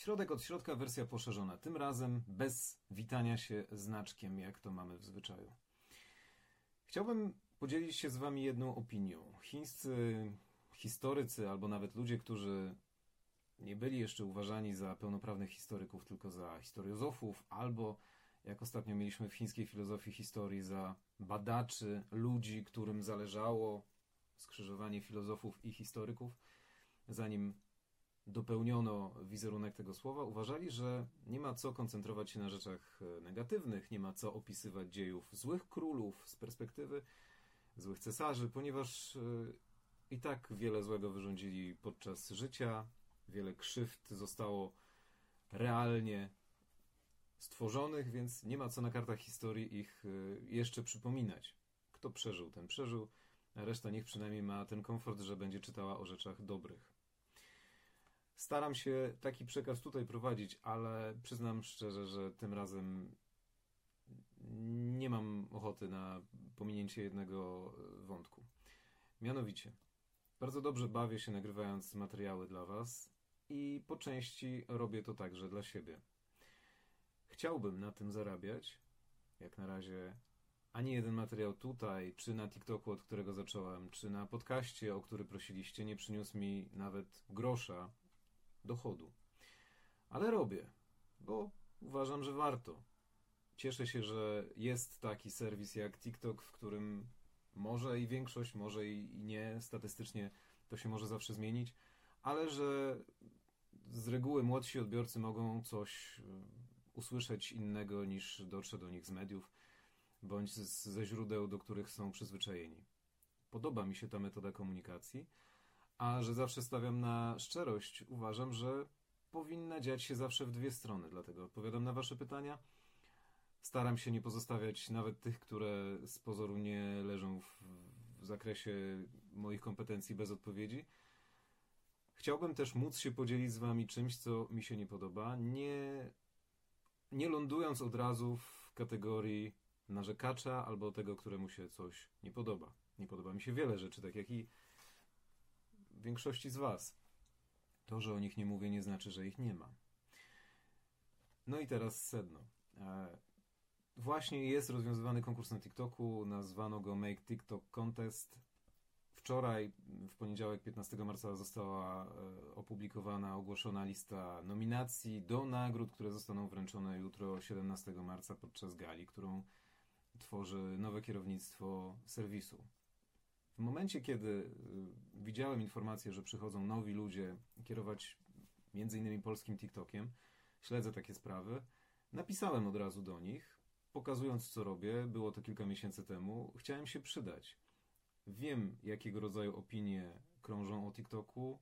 Środek od środka, wersja poszerzona. Tym razem bez witania się znaczkiem, jak to mamy w zwyczaju. Chciałbym podzielić się z wami jedną opinią. Chińscy historycy, albo nawet ludzie, którzy nie byli jeszcze uważani za pełnoprawnych historyków, tylko za historiozofów, albo, jak ostatnio mieliśmy w chińskiej filozofii historii, za badaczy, ludzi, którym zależało skrzyżowanie filozofów i historyków, zanim dopełniono wizerunek tego słowa, uważali, że nie ma co koncentrować się na rzeczach negatywnych, nie ma co opisywać dziejów złych królów z perspektywy złych cesarzy, ponieważ i tak wiele złego wyrządzili podczas życia, wiele krzywd zostało realnie stworzonych, więc nie ma co na kartach historii ich jeszcze przypominać. Kto przeżył, ten przeżył, a reszta niech przynajmniej ma ten komfort, że będzie czytała o rzeczach dobrych. Staram się taki przekaz tutaj prowadzić, ale przyznam szczerze, że tym razem nie mam ochoty na pominięcie jednego wątku. Mianowicie, bardzo dobrze bawię się nagrywając materiały dla was i po części robię to także dla siebie. Chciałbym na tym zarabiać. Jak na razie ani jeden materiał tutaj, czy na TikToku, od którego zacząłem, czy na podcaście, o który prosiliście, nie przyniósł mi nawet grosza dochodu. Ale robię, bo uważam, że warto. Cieszę się, że jest taki serwis jak TikTok, w którym może i większość, może i nie, statystycznie to się może zawsze zmienić, ale że z reguły młodsi odbiorcy mogą coś usłyszeć innego niż dotrze do nich z mediów, bądź ze źródeł, do których są przyzwyczajeni. Podoba mi się ta metoda komunikacji, a że zawsze stawiam na szczerość, uważam, że powinna dziać się zawsze w dwie strony, dlatego odpowiadam na wasze pytania. Staram się nie pozostawiać nawet tych, które z pozoru nie leżą w zakresie moich kompetencji bez odpowiedzi. Chciałbym też móc się podzielić z wami czymś, co mi się nie podoba, nie lądując od razu w kategorii narzekacza albo tego, któremu się coś nie podoba. Nie podoba mi się wiele rzeczy, tak jak i większości z was. To, że o nich nie mówię, nie znaczy, że ich nie ma. No i teraz sedno. Właśnie jest rozwiązywany konkurs na TikToku, nazwano go Make TikTok Contest. Wczoraj, w poniedziałek 15 marca została ogłoszona lista nominacji do nagród, które zostaną wręczone jutro 17 marca podczas gali, którą tworzy nowe kierownictwo serwisu. W momencie, kiedy widziałem informację, że przychodzą nowi ludzie kierować m.in. polskim TikTokiem, śledzę takie sprawy, napisałem od razu do nich, pokazując co robię, było to kilka miesięcy temu, chciałem się przydać. Wiem, jakiego rodzaju opinie krążą o TikToku.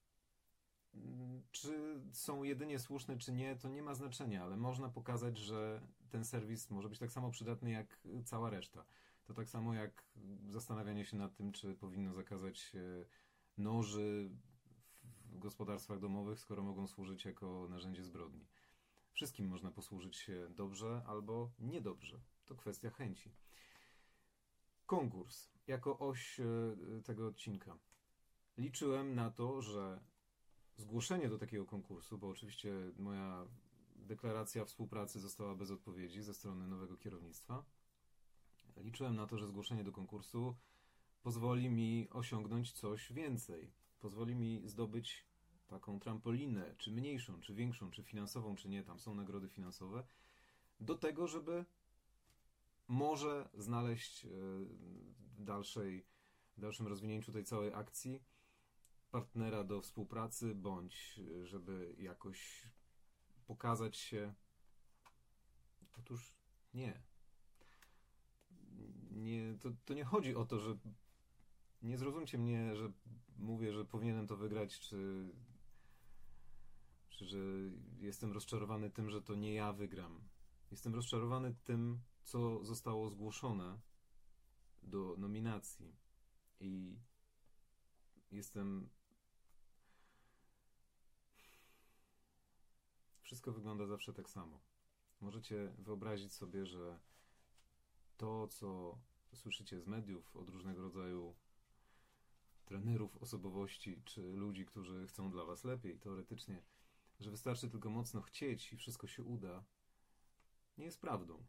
Czy są jedynie słuszne, czy nie, to nie ma znaczenia, ale można pokazać, że ten serwis może być tak samo przydatny jak cała reszta. To tak samo jak zastanawianie się nad tym, czy powinno zakazać noży w gospodarstwach domowych, skoro mogą służyć jako narzędzie zbrodni. Wszystkim można posłużyć się dobrze albo niedobrze. To kwestia chęci. Konkurs jako oś tego odcinka. Liczyłem na to, że zgłoszenie do takiego konkursu, bo oczywiście moja deklaracja współpracy została bez odpowiedzi ze strony nowego kierownictwa. Liczyłem na to, że zgłoszenie do konkursu pozwoli mi osiągnąć coś więcej. Pozwoli mi zdobyć taką trampolinę, czy mniejszą, czy większą, czy finansową, czy nie, tam są nagrody finansowe, do tego, żeby może znaleźć w dalszym rozwinięciu tej całej akcji partnera do współpracy, bądź żeby jakoś pokazać się. Otóż nie. To nie chodzi o to, że nie zrozumcie mnie, że mówię, że powinienem to wygrać, czy że jestem rozczarowany tym, że to nie ja wygram. Jestem rozczarowany tym, co zostało zgłoszone do nominacji i wszystko wygląda zawsze tak samo. Możecie wyobrazić sobie, że to, co słyszycie z mediów od różnego rodzaju trenerów osobowości, czy ludzi, którzy chcą dla was lepiej, teoretycznie że wystarczy tylko mocno chcieć i wszystko się uda, nie jest prawdą.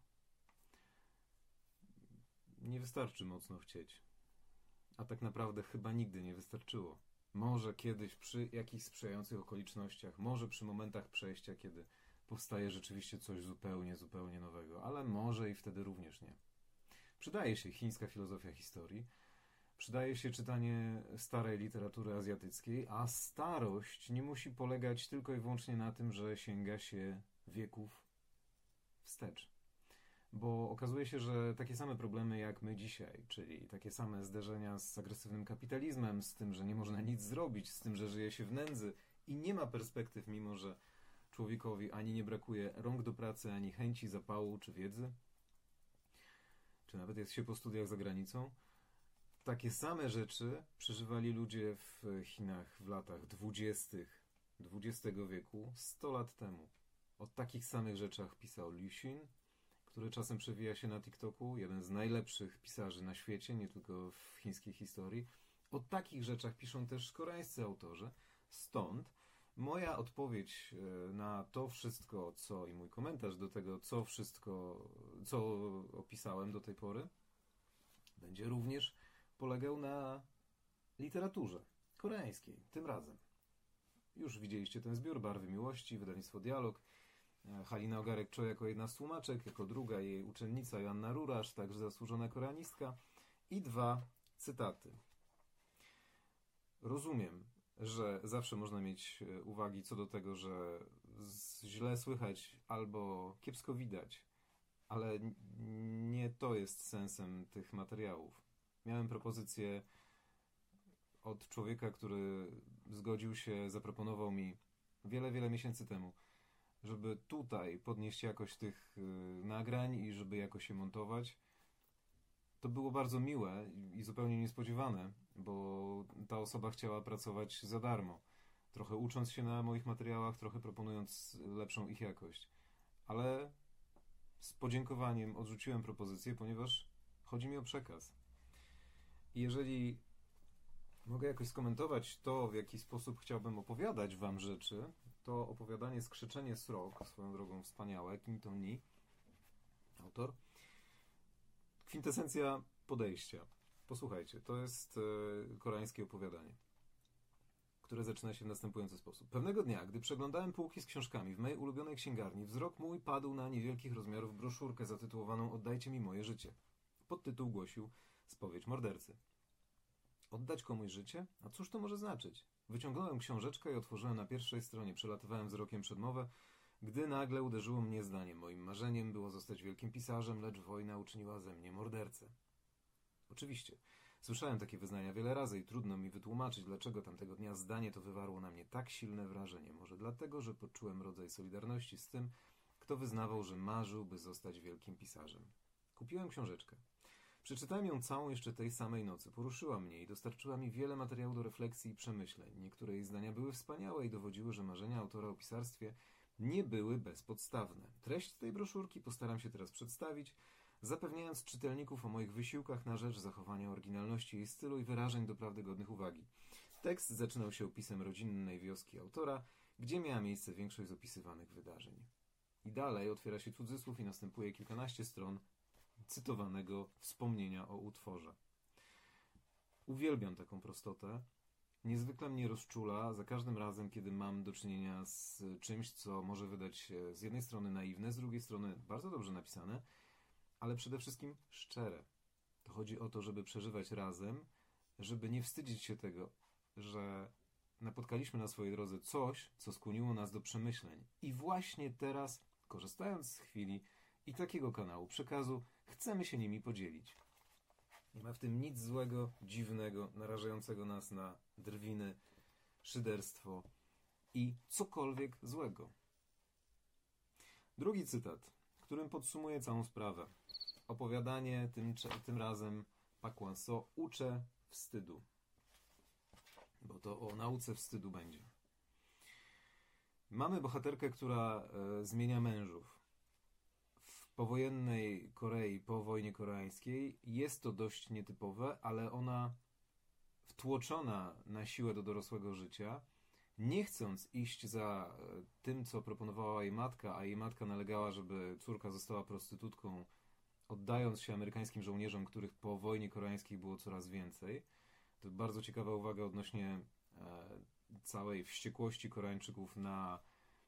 Nie wystarczy mocno chcieć. A tak naprawdę chyba nigdy nie wystarczyło. Może kiedyś przy jakichś sprzyjających okolicznościach, może przy momentach przejścia, kiedy powstaje rzeczywiście coś zupełnie, zupełnie nowego, ale może i wtedy również nie. Przydaje się chińska filozofia historii, przydaje się czytanie starej literatury azjatyckiej, a starość nie musi polegać tylko i wyłącznie na tym, że sięga się wieków wstecz. Bo okazuje się, że takie same problemy jak my dzisiaj, czyli takie same zderzenia z agresywnym kapitalizmem, z tym, że nie można nic zrobić, z tym, że żyje się w nędzy i nie ma perspektyw, mimo że człowiekowi ani nie brakuje rąk do pracy, ani chęci, zapału czy wiedzy, czy nawet jest się po studiach za granicą. Takie same rzeczy przeżywali ludzie w Chinach w latach 20. XX wieku, 100 lat temu. O takich samych rzeczach pisał Liu Xun, który czasem przewija się na TikToku, jeden z najlepszych pisarzy na świecie, nie tylko w chińskiej historii. O takich rzeczach piszą też koreańscy autorzy. Stąd moja odpowiedź na to wszystko, i mój komentarz do tego, co opisałem do tej pory, będzie również polegał na literaturze koreańskiej, tym razem. Już widzieliście ten zbiór Barwy Miłości, wydawnictwo Dialog. Halina Ogarek-Cho jako jedna z tłumaczek, jako druga jej uczennica Joanna Rurasz, także zasłużona koreanistka. I 2 cytaty. Rozumiem, że zawsze można mieć uwagi co do tego, że źle słychać albo kiepsko widać, ale nie to jest sensem tych materiałów. Miałem propozycję od człowieka, który zgodził się, zaproponował mi wiele miesięcy temu, żeby tutaj podnieść jakość tych nagrań i żeby jakoś je montować. To było bardzo miłe i zupełnie niespodziewane, bo ta osoba chciała pracować za darmo. Trochę ucząc się na moich materiałach, trochę proponując lepszą ich jakość. Ale z podziękowaniem odrzuciłem propozycję, ponieważ chodzi mi o przekaz. I jeżeli mogę jakoś skomentować to, w jaki sposób chciałbym opowiadać wam rzeczy, to opowiadanie Skrzyczenie srok, swoją drogą wspaniałe, Kim To-ni, autor. Kwintesencja podejścia. Posłuchajcie, to jest koreańskie opowiadanie, które zaczyna się w następujący sposób. Pewnego dnia, gdy przeglądałem półki z książkami w mojej ulubionej księgarni, wzrok mój padł na niewielkich rozmiarów broszurkę zatytułowaną Oddajcie mi moje życie. Podtytuł głosił Spowiedź mordercy. Oddać komuś życie? A cóż to może znaczyć? Wyciągnąłem książeczkę i otworzyłem na pierwszej stronie. Przelatywałem wzrokiem przedmowę, gdy nagle uderzyło mnie zdanie. Moim marzeniem było zostać wielkim pisarzem, lecz wojna uczyniła ze mnie mordercę. Oczywiście. Słyszałem takie wyznania wiele razy i trudno mi wytłumaczyć, dlaczego tamtego dnia zdanie to wywarło na mnie tak silne wrażenie. Może dlatego, że poczułem rodzaj solidarności z tym, kto wyznawał, że marzył, by zostać wielkim pisarzem. Kupiłem książeczkę. Przeczytałem ją całą jeszcze tej samej nocy. Poruszyła mnie i dostarczyła mi wiele materiału do refleksji i przemyśleń. Niektóre jej zdania były wspaniałe i dowodziły, że marzenia autora o pisarstwie nie były bezpodstawne. Treść tej broszurki postaram się teraz przedstawić, zapewniając czytelników o moich wysiłkach na rzecz zachowania oryginalności jej stylu i wyrażeń doprawdy godnych uwagi. Tekst zaczynał się opisem rodzinnej wioski autora, gdzie miała miejsce większość z opisywanych wydarzeń. I dalej otwiera się cudzysłów i następuje kilkanaście stron cytowanego wspomnienia o utworze. Uwielbiam taką prostotę. Niezwykle mnie rozczula za każdym razem, kiedy mam do czynienia z czymś, co może wydać się z jednej strony naiwne, z drugiej strony bardzo dobrze napisane, ale przede wszystkim szczere. To chodzi o to, żeby przeżywać razem, żeby nie wstydzić się tego, że napotkaliśmy na swojej drodze coś, co skłoniło nas do przemyśleń. I właśnie teraz, korzystając z chwili i takiego kanału przekazu, chcemy się nimi podzielić. Nie ma w tym nic złego, dziwnego, narażającego nas na drwiny, szyderstwo i cokolwiek złego. Drugi cytat, którym podsumuję całą sprawę. Opowiadanie tym razem Pakwanso Uczę wstydu. Bo to o nauce wstydu będzie. Mamy bohaterkę, która zmienia mężów. W powojennej Korei, po wojnie koreańskiej jest to dość nietypowe, ale ona wtłoczona na siłę do dorosłego życia Nie chcąc iść za tym, co proponowała jej matka, a jej matka nalegała, żeby córka została prostytutką, oddając się amerykańskim żołnierzom, których po wojnie koreańskiej było coraz więcej. To bardzo ciekawa uwaga odnośnie całej wściekłości Koreańczyków na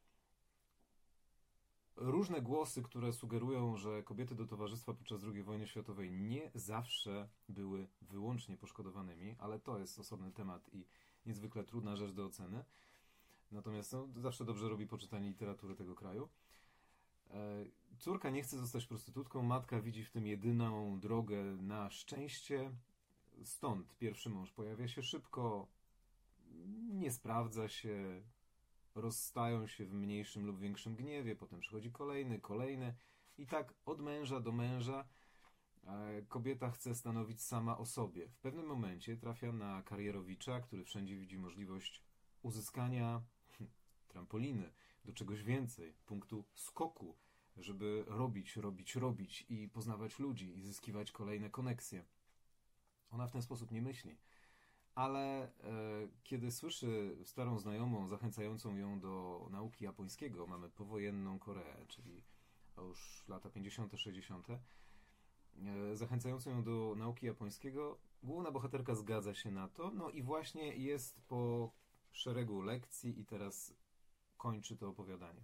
różne głosy, które sugerują, że kobiety do towarzystwa podczas II wojny światowej nie zawsze były wyłącznie poszkodowanymi, ale to jest osobny temat i niezwykle trudna rzecz do oceny. Natomiast zawsze dobrze robi poczytanie literatury tego kraju. Córka nie chce zostać prostytutką, matka widzi w tym jedyną drogę na szczęście. Stąd pierwszy mąż pojawia się szybko, nie sprawdza się, rozstają się w mniejszym lub większym gniewie, potem przychodzi kolejny i tak od męża do męża kobieta chce stanowić sama o sobie. W pewnym momencie trafia na karierowicza, który wszędzie widzi możliwość uzyskania trampoliny, do czegoś więcej, punktu skoku, żeby robić i poznawać ludzi i zyskiwać kolejne koneksje. Ona w ten sposób nie myśli. Ale kiedy słyszy starą znajomą zachęcającą ją do nauki japońskiego, mamy powojenną Koreę, czyli już lata 50., 60., zachęcającą ją do nauki japońskiego, główna bohaterka zgadza się na to, no i właśnie jest po szeregu lekcji i teraz kończy to opowiadanie.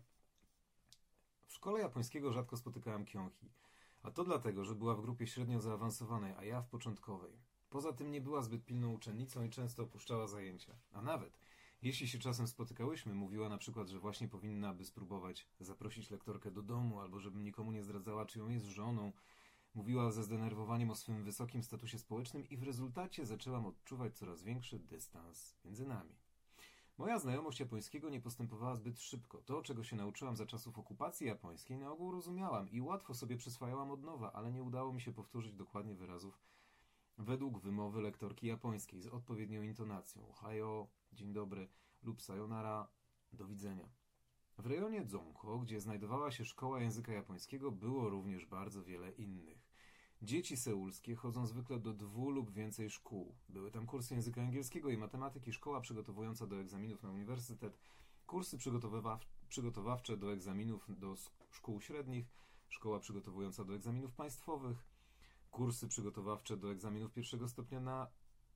W szkole japońskiego rzadko spotykałem Kyonhee, a to dlatego, że była w grupie średnio zaawansowanej, a ja w początkowej. Poza tym nie była zbyt pilną uczennicą i często opuszczała zajęcia. A nawet, jeśli się czasem spotykałyśmy, mówiła na przykład, że właśnie powinna by spróbować zaprosić lektorkę do domu, albo żebym nikomu nie zdradzała, czyją jest żoną. Mówiła ze zdenerwowaniem o swym wysokim statusie społecznym i w rezultacie zaczęłam odczuwać coraz większy dystans między nami. Moja znajomość japońskiego nie postępowała zbyt szybko. To, czego się nauczyłam za czasów okupacji japońskiej, na ogół rozumiałam i łatwo sobie przyswajałam od nowa, ale nie udało mi się powtórzyć dokładnie wyrazów według wymowy lektorki japońskiej z odpowiednią intonacją. Ohayo, dzień dobry lub sayonara, do widzenia. W rejonie Dzongho, gdzie znajdowała się szkoła języka japońskiego, było również bardzo wiele innych. Dzieci seulskie chodzą zwykle do 2 lub więcej szkół. Były tam kursy języka angielskiego i matematyki, szkoła przygotowująca do egzaminów na uniwersytet, kursy przygotowawcze do egzaminów do szkół średnich, szkoła przygotowująca do egzaminów państwowych, kursy przygotowawcze do egzaminów pierwszego stopnia na...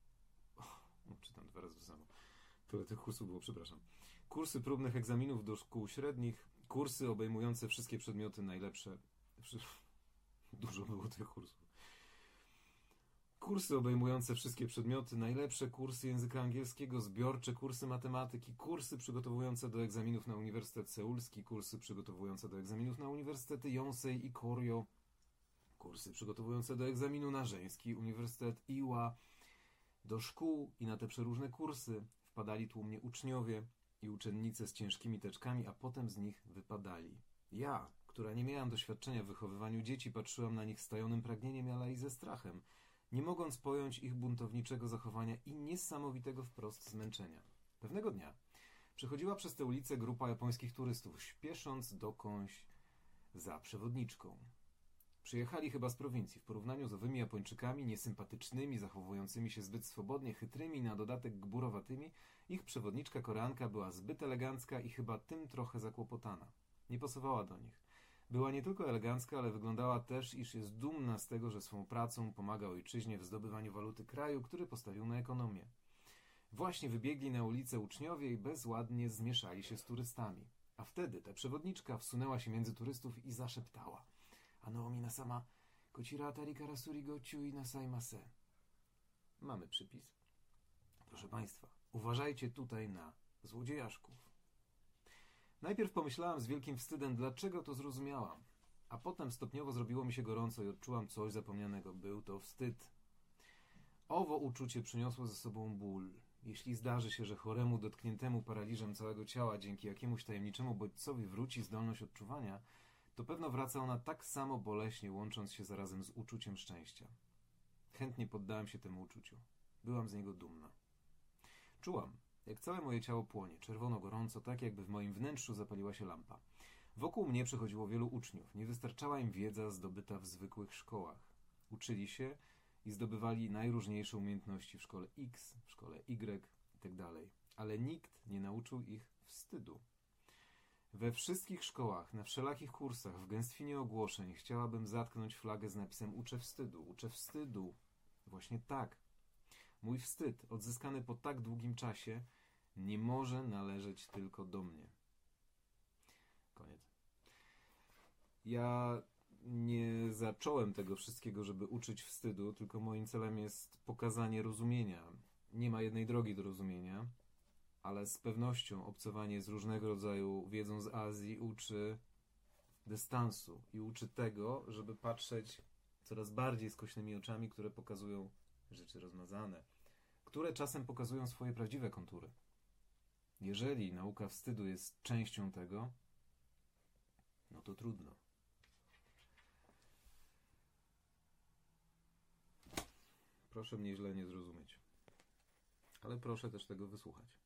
czytam 2 razy to samo. Tyle tych kursów było, przepraszam. Kursy próbnych egzaminów do szkół średnich, kursy obejmujące wszystkie przedmioty najlepsze. Dużo było tych kursów. Kursy obejmujące wszystkie przedmioty najlepsze, kursy języka angielskiego, zbiorcze kursy matematyki, kursy przygotowujące do egzaminów na Uniwersytet Seulski, kursy przygotowujące do egzaminów na Uniwersytety Yonsei i Koryo, kursy przygotowujące do egzaminu na żeński Uniwersytet Iwa. Do szkół i na te przeróżne kursy wpadali tłumnie uczniowie i uczennice z ciężkimi teczkami, a potem z nich wypadali. Ja, która nie miałam doświadczenia w wychowywaniu dzieci, patrzyłam na nich z tajonym pragnieniem, ale i ze strachem, nie mogąc pojąć ich buntowniczego zachowania i niesamowitego wprost zmęczenia. Pewnego dnia przechodziła przez tę ulicę grupa japońskich turystów, śpiesząc dokądś za przewodniczką. Przyjechali chyba z prowincji. W porównaniu z owymi Japończykami, niesympatycznymi, zachowującymi się zbyt swobodnie, chytrymi, na dodatek gburowatymi, ich przewodniczka Koreanka była zbyt elegancka i chyba tym trochę zakłopotana. Nie pasowała do nich. Była nie tylko elegancka, ale wyglądała też, iż jest dumna z tego, że swą pracą pomaga ojczyźnie w zdobywaniu waluty kraju, który postawił na ekonomię. Właśnie wybiegli na ulicę uczniowie i bezładnie zmieszali się z turystami. A wtedy ta przewodniczka wsunęła się między turystów i zaszeptała: Ano minasama, kochira atari kara suri go chui nasaimase. Mamy przypis. Proszę Państwa, uważajcie tutaj na złodziejaszków. Najpierw pomyślałam z wielkim wstydem, dlaczego to zrozumiałam. A potem stopniowo zrobiło mi się gorąco i odczułam coś zapomnianego. Był to wstyd. Owo uczucie przyniosło ze sobą ból. Jeśli zdarzy się, że choremu, dotkniętemu paraliżem całego ciała dzięki jakiemuś tajemniczemu bodźcowi wróci zdolność odczuwania, to pewno wraca ona tak samo boleśnie, łącząc się zarazem z uczuciem szczęścia. Chętnie poddałem się temu uczuciu. Byłam z niego dumna. Czułam, jak całe moje ciało płonie, czerwono gorąco, tak jakby w moim wnętrzu zapaliła się lampa. Wokół mnie przechodziło wielu uczniów. Nie wystarczała im wiedza zdobyta w zwykłych szkołach. Uczyli się i zdobywali najróżniejsze umiejętności w szkole X, w szkole Y itd. ale nikt nie nauczył ich wstydu. We wszystkich szkołach, na wszelakich kursach, w gęstwinie ogłoszeń chciałabym zatknąć flagę z napisem uczę wstydu, uczę wstydu. Właśnie tak. Mój wstyd, odzyskany po tak długim czasie, nie może należeć tylko do mnie. Koniec. Ja nie zacząłem tego wszystkiego, żeby uczyć wstydu, tylko moim celem jest pokazanie rozumienia. Nie ma jednej drogi do rozumienia, ale z pewnością obcowanie z różnego rodzaju wiedzą z Azji uczy dystansu i uczy tego, żeby patrzeć coraz bardziej skośnymi oczami, które pokazują rzeczy rozmazane, które czasem pokazują swoje prawdziwe kontury. Jeżeli nauka wstydu jest częścią tego, no to trudno. Proszę mnie źle nie zrozumieć, ale proszę też tego wysłuchać.